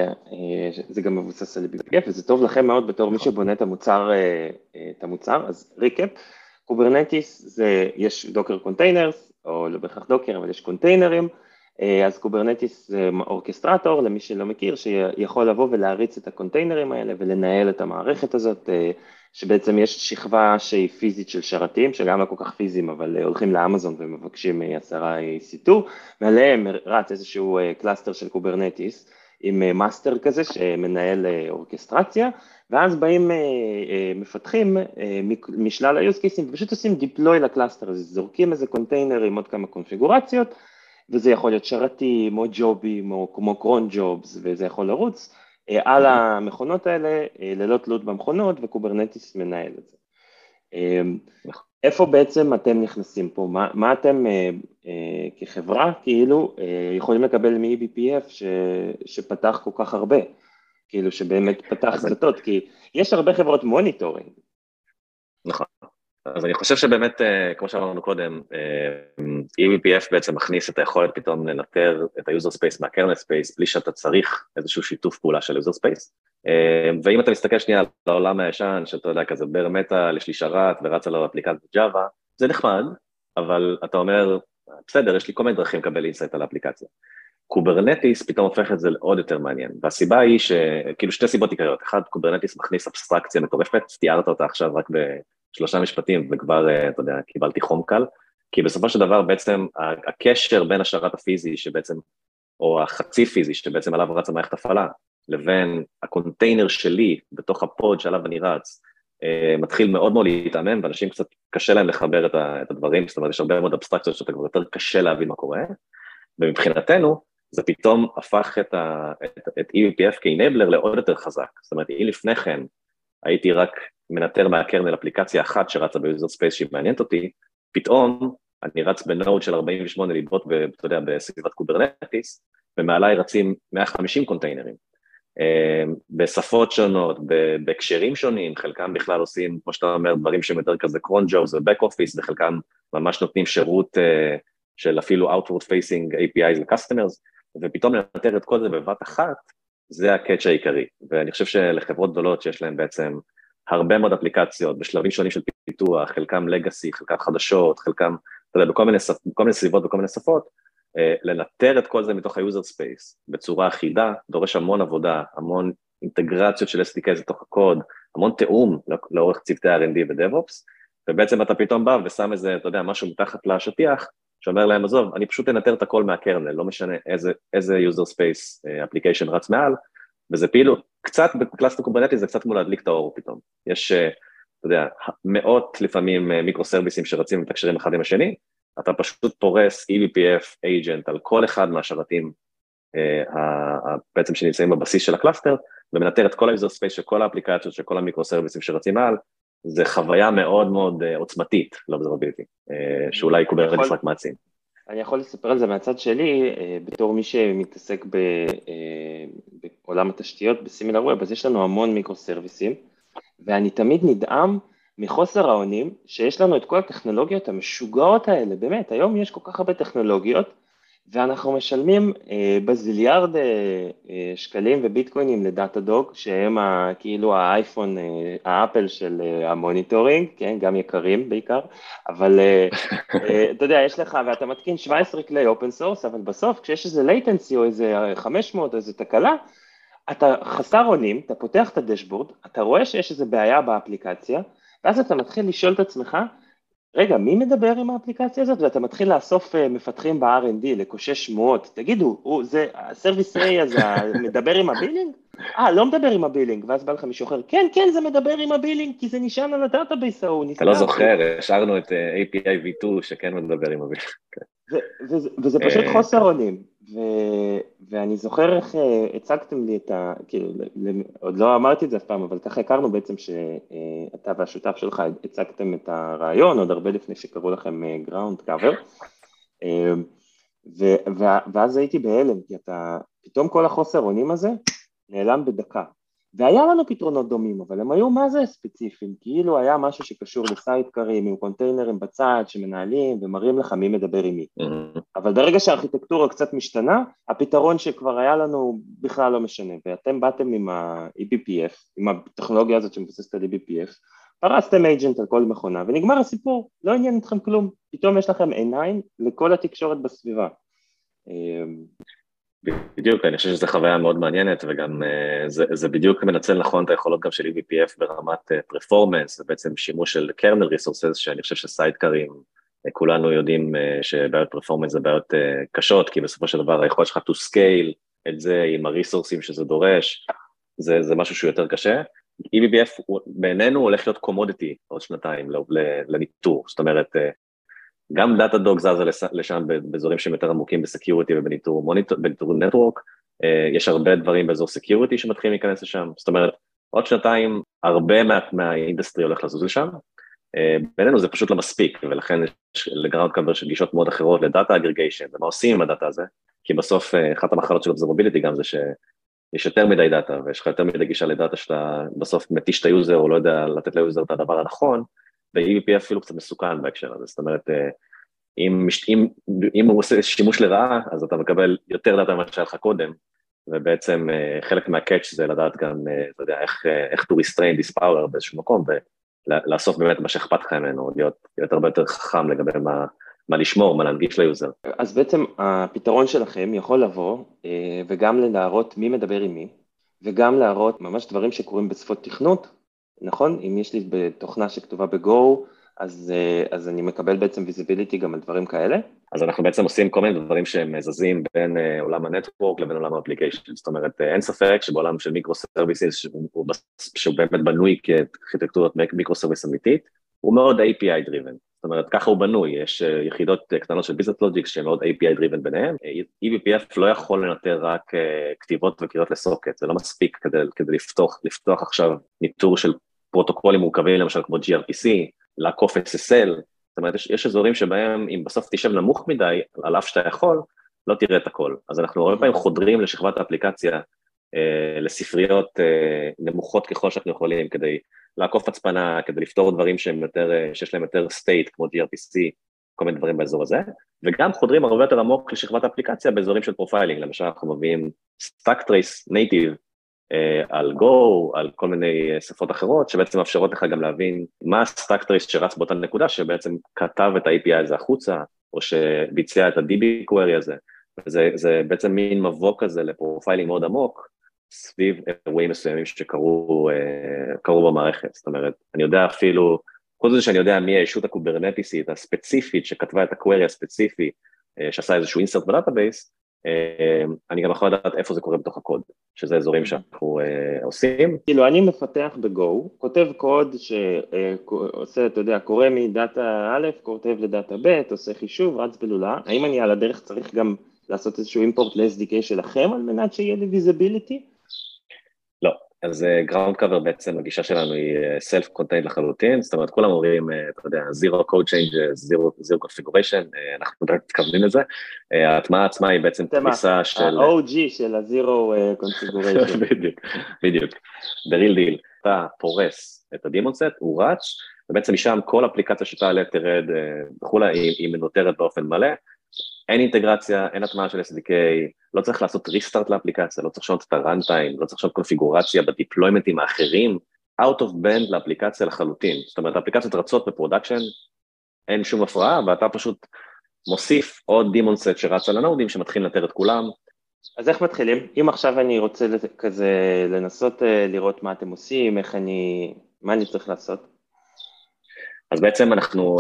זה גם מבוסס על בי פי אף, וזה טוב לכם מאוד בתור מי שבונה את המוצר, את המוצר. אז ריקאפ, קוברנטיס זה, יש דוקר קונטיינרס, או לא בהכרח דוקר, אבל יש קונטיינרים, אז קוברנטיס זה אורקסטרטור, למי שלא מכיר, שיכול לבוא ולהריץ את הקונטיינרים האלה, ולנהל את המערכת הזאת, שבעצם יש שכבה שהיא פיזית של שרתים, שגם לא כל כך פיזיים, אבל הולכים לאמזון ומבקשים עשרה אי סי טו, מעליהם רץ איזשהו קלאסטר של קוברנטיס, עם מאסטר כזה שמנהל אורקסטרציה, ואז באים מפתחים משלל ה-use cases, ופשוט עושים deploy לקלאסטר הזה, זורקים איזה קונטיינר עם עוד כמה קונפיגורציות, וזה יכול להיות שרתים או ג'ובים או כמו קרון ג'ובס, וזה יכול לרוץ על המכונות האלה, ללא תלות במכונות, וקוברנטיס מנהל את זה. איפה בעצם אתם נכנסים פה? מה, מה אתם כחברה כאילו יכולים לקבל מ-אי בי פי אף ש, שפתח כל כך הרבה? כאילו שבאמת פתח דלתות, כי יש הרבה חברות מוניטורינג. נכון. אז אני חושב שבאמת, כמו שאמרנו קודם, אי בי פי אף בעצם מכניס את היכולת פתאום לנטר את ה-user space מה-kernel space, בלי שאתה צריך איזשהו שיתוף פעולה של user space. ואם אתה מסתכל שנייה על העולם הישן, שאתה יודע, כזה בר מטל, יש לי שרת ורץ עליו אפליקציית Java, זה נחמד, אבל אתה אומר, בסדר, יש לי כל מיני דרכים לקבל אינסייט על האפליקציה. קוברנטיס פתאום הופך את זה לעוד יותר מעניין, והסיבה היא שכאילו שתי סיבות עיקריות, אחד, קוברנטיס מכניס אבסטרקציה מטורפת, תיארת אותה עכשיו רק בשלושה משפטים, וכבר, אתה יודע, קיבלתי חום קל, כי בסופו של דבר בעצם הקשר בין השרת הפיזי שבעצם, או החצי פיזי שבעצם עליו רץ המערכת הפעלה, לבין הקונטיינר שלי בתוך הפוד שעליו אני רץ, מתחיל מאוד מאוד להתאמן, ואנשים קצת קשה להם לחבר את הדברים, זאת אומרת, יש הרבה מאוד אבסטרקציות שאתה כבר יותר קשה להבין מה קורה, ומבחינתנו, זה פתאום הפך את, ה, את, את אי בי פי אף כאינבלר לעוד יותר חזק. זאת אומרת, אם לפני כן הייתי רק מנטר מהקרנל אפליקציה אחת שרצה ביוזר ספייס שהיא מעניינת אותי, פתאום אני רץ בנוד של ארבעים ושמונה ליבות, אתה יודע, בסביבת קוברנטיס, ומעליי רצים מאה וחמישים קונטיינרים. בשפות שונות, בהקשרים שונים, חלקם בכלל עושים, כמו שאתה אומר, דברים שהם יותר כזה קרון ג'ובס ובק אופיס, וחלקם ממש נותנים שירות של אפילו outward facing איי פי איז ל-customers, ופתאום לנטר את כל זה בבת אחת, זה הקאץ' העיקרי. ואני חושב שלחברות גדולות שיש להן בעצם הרבה מאוד אפליקציות, בשלבים שונים של פיתוח, חלקם לגאסי, חלקם חדשות, חלקם, אתה יודע, בכל מיני, בכל מיני סביבות, בכל מיני שפות, לנטר את כל זה מתוך ה-user space בצורה אחידה, דורש המון עבודה, המון אינטגרציות של אס די קיי לתוך הקוד, המון תאום לאורך צוותי אר אנד די ו-DevOps, ובעצם אתה פתאום בא ושם איזה, אתה יודע, משהו מתחת לשטיח, שאומר להם, עזוב, אני פשוט אנטר את הכל מהקרנל, לא משנה איזה, איזה user space application רץ מעל, וזה פעילו, קצת בקלאסטר קוברנטיס זה קצת כמו להדליק את האור פתאום. יש, אתה יודע, מאות לפעמים מיקרו-סרוויסים שרצים ומתקשרים אחד עם השני, אתה פשוט פורס אי בי פי אף agent על כל אחד מהשרתים בעצם שנמצאים בבסיס של הקלאסטר, ומנטר את כל ה-user space של כל האפליקציות, של כל המיקרו-סרוויסים שרצים מעל, זה חוויה מאוד מאוד עוצמתית, ל-observability, שאולי קוברנטיס רק מעצים. אני יכול לספר על זה מהצד שלי, בתור מי שמתעסק בעולם התשתיות, בסימילר ווב, אז יש לנו המון מיקרו-סרוויסים, ואני תמיד נדהם מחוסר האונים, שיש לנו את כל הטכנולוגיות המשוגעות האלה, באמת, היום יש כל כך הרבה טכנולוגיות, ואנחנו משלמים אה, בזיליארד אה, אה, שקלים וביטקוינים לדאטה דוג, שהם ה, כאילו האייפון, אה, האפל של אה, המוניטורינג, כן, גם יקרים בעיקר, אבל אה, אה, אתה יודע, יש לך, ואתה מתקין שבע עשרה כלי אופן סורס, אבל בסוף כשיש איזה latency או איזה חמש מאות או איזה תקלה, אתה חסר אונים, אתה פותח את הדשבורד, אתה רואה שיש איזה בעיה באפליקציה, ואז אתה מתחיל לשאול את עצמך, רגע, מי מדבר עם האפליקציה הזאת? ואתה מתחיל לאסוף מפתחים ב-אר אנד די, לקושש שמועות. תגידו, הוא, זה, ה-Service A הזה מדבר עם הבילינג? אה, לא מדבר עם הבילינג, ואז בא לך מישהו אחר, כן, כן, זה מדבר עם הבילינג, כי זה נשען על הדאטאבייס ההוא, אתה לא נסגר. זוכר, השארנו את איי פי איי וי טו שכן מדבר עם הבילינג. וזה, וזה פשוט חוסר אונים, ו, ואני זוכר איך הצגתם לי את ה... כאילו, עוד לא אמרתי את זה אף פעם, אבל ככה הכרנו בעצם שאתה והשותף שלך הצגתם את הרעיון, עוד הרבה לפני שקראו לכם גראונד קאבר, ואז הייתי בהלם, כי אתה, פתאום כל החוסר אונים הזה נעלם בדקה. והיה לנו פתרונות דומים, אבל הם היו מה זה ספציפיים, כאילו היה משהו שקשור לסיידקרים עם קונטיינרים בצד שמנהלים ומראים לך מי מדבר עם מי. אבל ברגע שהארכיטקטורה קצת משתנה, הפתרון שכבר היה לנו בכלל לא משנה, ואתם באתם עם ה-אי בי פי אף, עם הטכנולוגיה הזאת שמבוססת על אי בי פי אף, פרסתם אייג'נט על כל מכונה, ונגמר הסיפור, לא עניין אתכם כלום, פתאום יש לכם עיניים לכל התקשורת בסביבה. בדיוק, אני חושב שזו חוויה מאוד מעניינת, וגם זה, זה בדיוק מנצל נכון את היכולות גם של אי בי פי אף ברמת פרפורמנס, ובעצם שימוש של kernel resources, שאני חושב שסיידקרים, כולנו יודעים שבעיות פרפורמנס זה בעיות קשות, כי בסופו של דבר היכולת שלך to scale את זה עם הריסורסים שזה דורש, זה, זה משהו שהוא יותר קשה. אי בי פי אף בעינינו הולך להיות קומודיטי עוד שנתיים לניטור, זאת אומרת, גם דאטה דוג זזה לשם באזורים שהם יותר עמוקים בסקיוריטי ובניטור מוניטור, בניטור נטוורק, יש הרבה דברים באזור סקיוריטי שמתחילים להיכנס לשם, זאת אומרת, עוד שנתיים הרבה מה, מהאינדסטרי הולך לזוז לשם, בינינו זה פשוט לא מספיק, ולכן יש לגראונד קאבר של גישות מאוד אחרות לדאטה אגריגיישן, ומה עושים עם הדאטה הזה, כי בסוף אחת המחלות של observability גם זה שיש יותר מדי דאטה, ויש לך יותר מדי גישה לדאטה שאתה בסוף מתיש את היוזר, או לא יודע לתת ליוזר את הדבר הנכון, ו-אי בי פי אף אפילו קצת מסוכן בהקשר הזה, זאת אומרת, אם, אם, אם הוא עושה שימוש לרעה, אז אתה מקבל יותר דאטה ממה שהיה לך קודם, ובעצם חלק מהקאץ' זה לדעת גם, אתה יודע, איך, איך to restrain this power באיזשהו מקום, ולאסוף באמת מה שאכפת לך ממנו, להיות, להיות הרבה יותר חכם לגבי מה, מה לשמור, מה להנגיש ליוזר. אז בעצם הפתרון שלכם יכול לבוא, וגם להראות מי מדבר עם מי, וגם להראות ממש דברים שקורים בשפות תכנות, נכון? אם יש לי בתוכנה שכתובה ב-Go, אז, אז אני מקבל בעצם visibility גם על דברים כאלה. אז אנחנו בעצם עושים כל מיני דברים שהם זזים בין עולם הנטוורק לבין עולם האפליקיישן. זאת אומרת, אין ספק שבעולם של מיקרו-סרוויסס, שהוא, שהוא באמת בנוי כארכיטקטורת מיקרו-סרוויס אמיתית, הוא מאוד איי פי איי driven. זאת אומרת, ככה הוא בנוי, יש יחידות קטנות של ביזנס לוג'יקס שהן מאוד איי פי איי driven ביניהם. אי בי פי אף לא יכול לנטר רק כתיבות וקריאות לסוקט, זה לא מספיק כדי, כדי לפתוח, לפתוח עכשיו ניטור של פרוטוקולים מורכבים, למשל כמו ג'י אר פי סי, לעקוף אס אס אל, זאת אומרת, יש, יש אזורים שבהם אם בסוף תשב נמוך מדי, על אף שאתה יכול, לא תראה את הכל. אז אנחנו הרבה פעמים חודרים לשכבת האפליקציה, אה, לספריות אה, נמוכות ככל שאנחנו יכולים, כדי לעקוף הצפנה, כדי לפתור דברים שהם יותר, אה, שיש להם יותר state, כמו ג'י אר פי סי, כל מיני דברים באזור הזה, וגם חודרים הרבה יותר עמוק לשכבת האפליקציה באזורים של פרופיילינג, למשל אנחנו מביאים stack trace native, על Go, על כל מיני שפות אחרות, שבעצם מאפשרות לך גם להבין מה ה-stack trace שרץ באותה נקודה, שבעצם כתב את ה-איי פי איי הזה החוצה, או שביצע את ה-די בי query הזה, וזה זה בעצם מין מבוא כזה לפרופיילינג מאוד עמוק, סביב אירועים מסוימים שקרו קרו במערכת, זאת אומרת, אני יודע אפילו, כל זה שאני יודע מי הישות הקוברנטיסית הספציפית, שכתבה את ה-query הספציפי, שעשה איזשהו insert בדאטאבייס, אני גם יכול לדעת איפה זה קורה בתוך הקוד, שזה אזורים שאנחנו עושים. כאילו, אני מפתח ב-Go, כותב קוד שעושה, אתה יודע, קורא מדאטה א', כותב לדאטה ב', עושה חישוב, רץ בלולה. האם אני על הדרך צריך גם לעשות איזשהו אימפורט ל-אס די קיי שלכם, על מנת שיהיה לי visibility? לא. אז גראונד קאבר בעצם, הגישה שלנו היא self-contained לחלוטין, זאת אומרת, כולם אומרים, אתה יודע, zero code changes, zero, zero configuration, אנחנו באמת מתכוונים לזה, ההטמעה עצמה היא בעצם פריסה של... ה-או ג'י של ה-zero configuration. בדיוק, בדיוק, the real deal, אתה פורס את הדימון סט, הוא רץ, ובעצם משם כל אפליקציה שתעלה תרד וכולי, היא מנוטרת באופן מלא, אין אינטגרציה, אין הטמעה של אס די קיי, לא צריך לעשות ריסטארט לאפליקציה, לא צריך לשנות את הראנטיים, לא צריך לשנות קונפיגורציה בדיפלוימנטים האחרים, out of band לאפליקציה לחלוטין. זאת אומרת, האפליקציות רצות בפרודקשן, אין שום הפרעה, ואתה פשוט מוסיף עוד דימון סט שרץ על הנודים, שמתחיל לנטר את כולם. אז איך מתחילים? אם עכשיו אני רוצה כזה לנסות לראות מה אתם עושים, איך אני, מה אני צריך לעשות? אז בעצם אנחנו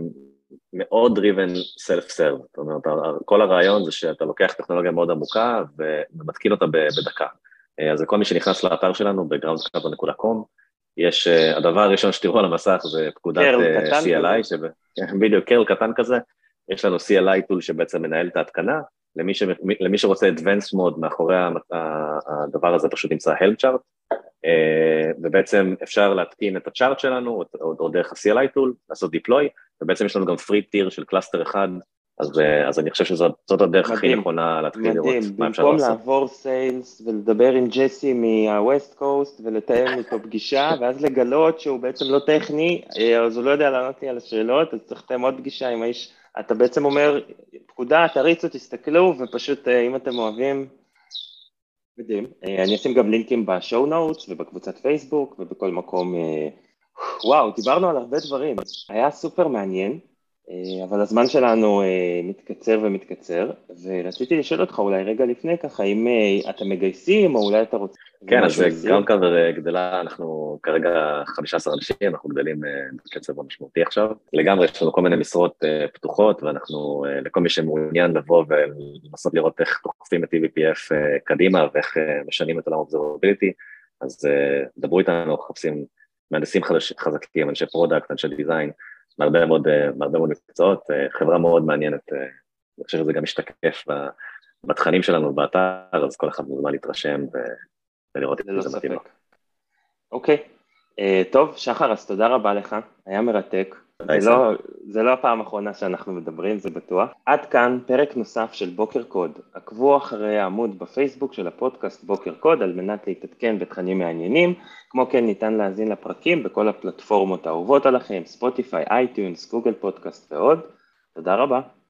מאוד driven self-serve, זאת אומרת, כל הרעיון זה שאתה לוקח טכנולוגיה מאוד עמוקה ומתקין אותה בדקה. אז כל מי שנכנס לאתר שלנו ב-גראונד קאבר נקודה קום, יש, הדבר הראשון שתראו על המסך זה פקודת סי אל איי, בדיוק קרל קטן כזה, יש לנו סי אל איי טול שבעצם מנהל את ההתקנה, למי, ש, למי שרוצה advanced mode מאחורי הדבר הזה פשוט נמצא helm chart, ובעצם אפשר להתקין את הצ'ארט שלנו, או, או דרך ה-סי אל איי טול, לעשות deploy, ובעצם יש לנו גם free tier של קלאסטר אחד, אז, אז אני חושב שזאת הדרך מדהים, הכי נכונה להתחיל מדהים. לראות מה אפשר לעשות. במקום לעבור סיילס ולדבר עם ג'סי מה-West Coast ולתאם איתו פגישה, ואז לגלות שהוא בעצם לא טכני, אז הוא לא יודע לענות לי על השאלות, אז צריך לתאם עוד פגישה עם האיש. אתה בעצם אומר, פקודה, תריצו, תסתכלו, ופשוט אם אתם אוהבים, מדהים. אני אשים גם לינקים בשואו נוטס ובקבוצת פייסבוק ובכל מקום. וואו, דיברנו על הרבה דברים. היה סופר מעניין, אבל הזמן שלנו מתקצר ומתקצר, ורציתי לשאול אותך אולי רגע לפני ככה, אם אתם מגייסים או אולי אתה רוצה... כן, אז גם כאן גדלה, אנחנו כרגע חמישה עשר אנשים, אנחנו גדלים בקצב המשמעותי עכשיו. לגמרי יש לנו כל מיני משרות פתוחות, ואנחנו, לכל מי שמעוניין לבוא ולנסות לראות איך דוחפים את אי וי פי אף קדימה, ואיך משנים את עולם observability, אז דברו איתנו, חפשים מהנדסים חזקים, אנשי פרודקט, אנשי דיזיין, מהרבה מאוד, מהרבה מאוד מקצועות, חברה מאוד מעניינת, אני חושב שזה גם משתקף בתכנים שלנו באתר, אז כל אחד מוזמן להתרשם ולראות את זה מתאים. אוקיי, טוב, שחר, אז תודה רבה לך, היה מרתק, זה לא, זה לא הפעם האחרונה שאנחנו מדברים, זה בטוח. עד כאן פרק נוסף של בוקר קוד, עקבו אחרי העמוד בפייסבוק של הפודקאסט בוקר קוד, על מנת להתעדכן בתכנים מעניינים, כמו כן ניתן להזין לפרקים בכל הפלטפורמות האהובות עליכם, ספוטיפיי, אייטיונס, גוגל פודקאסט ועוד. תודה רבה.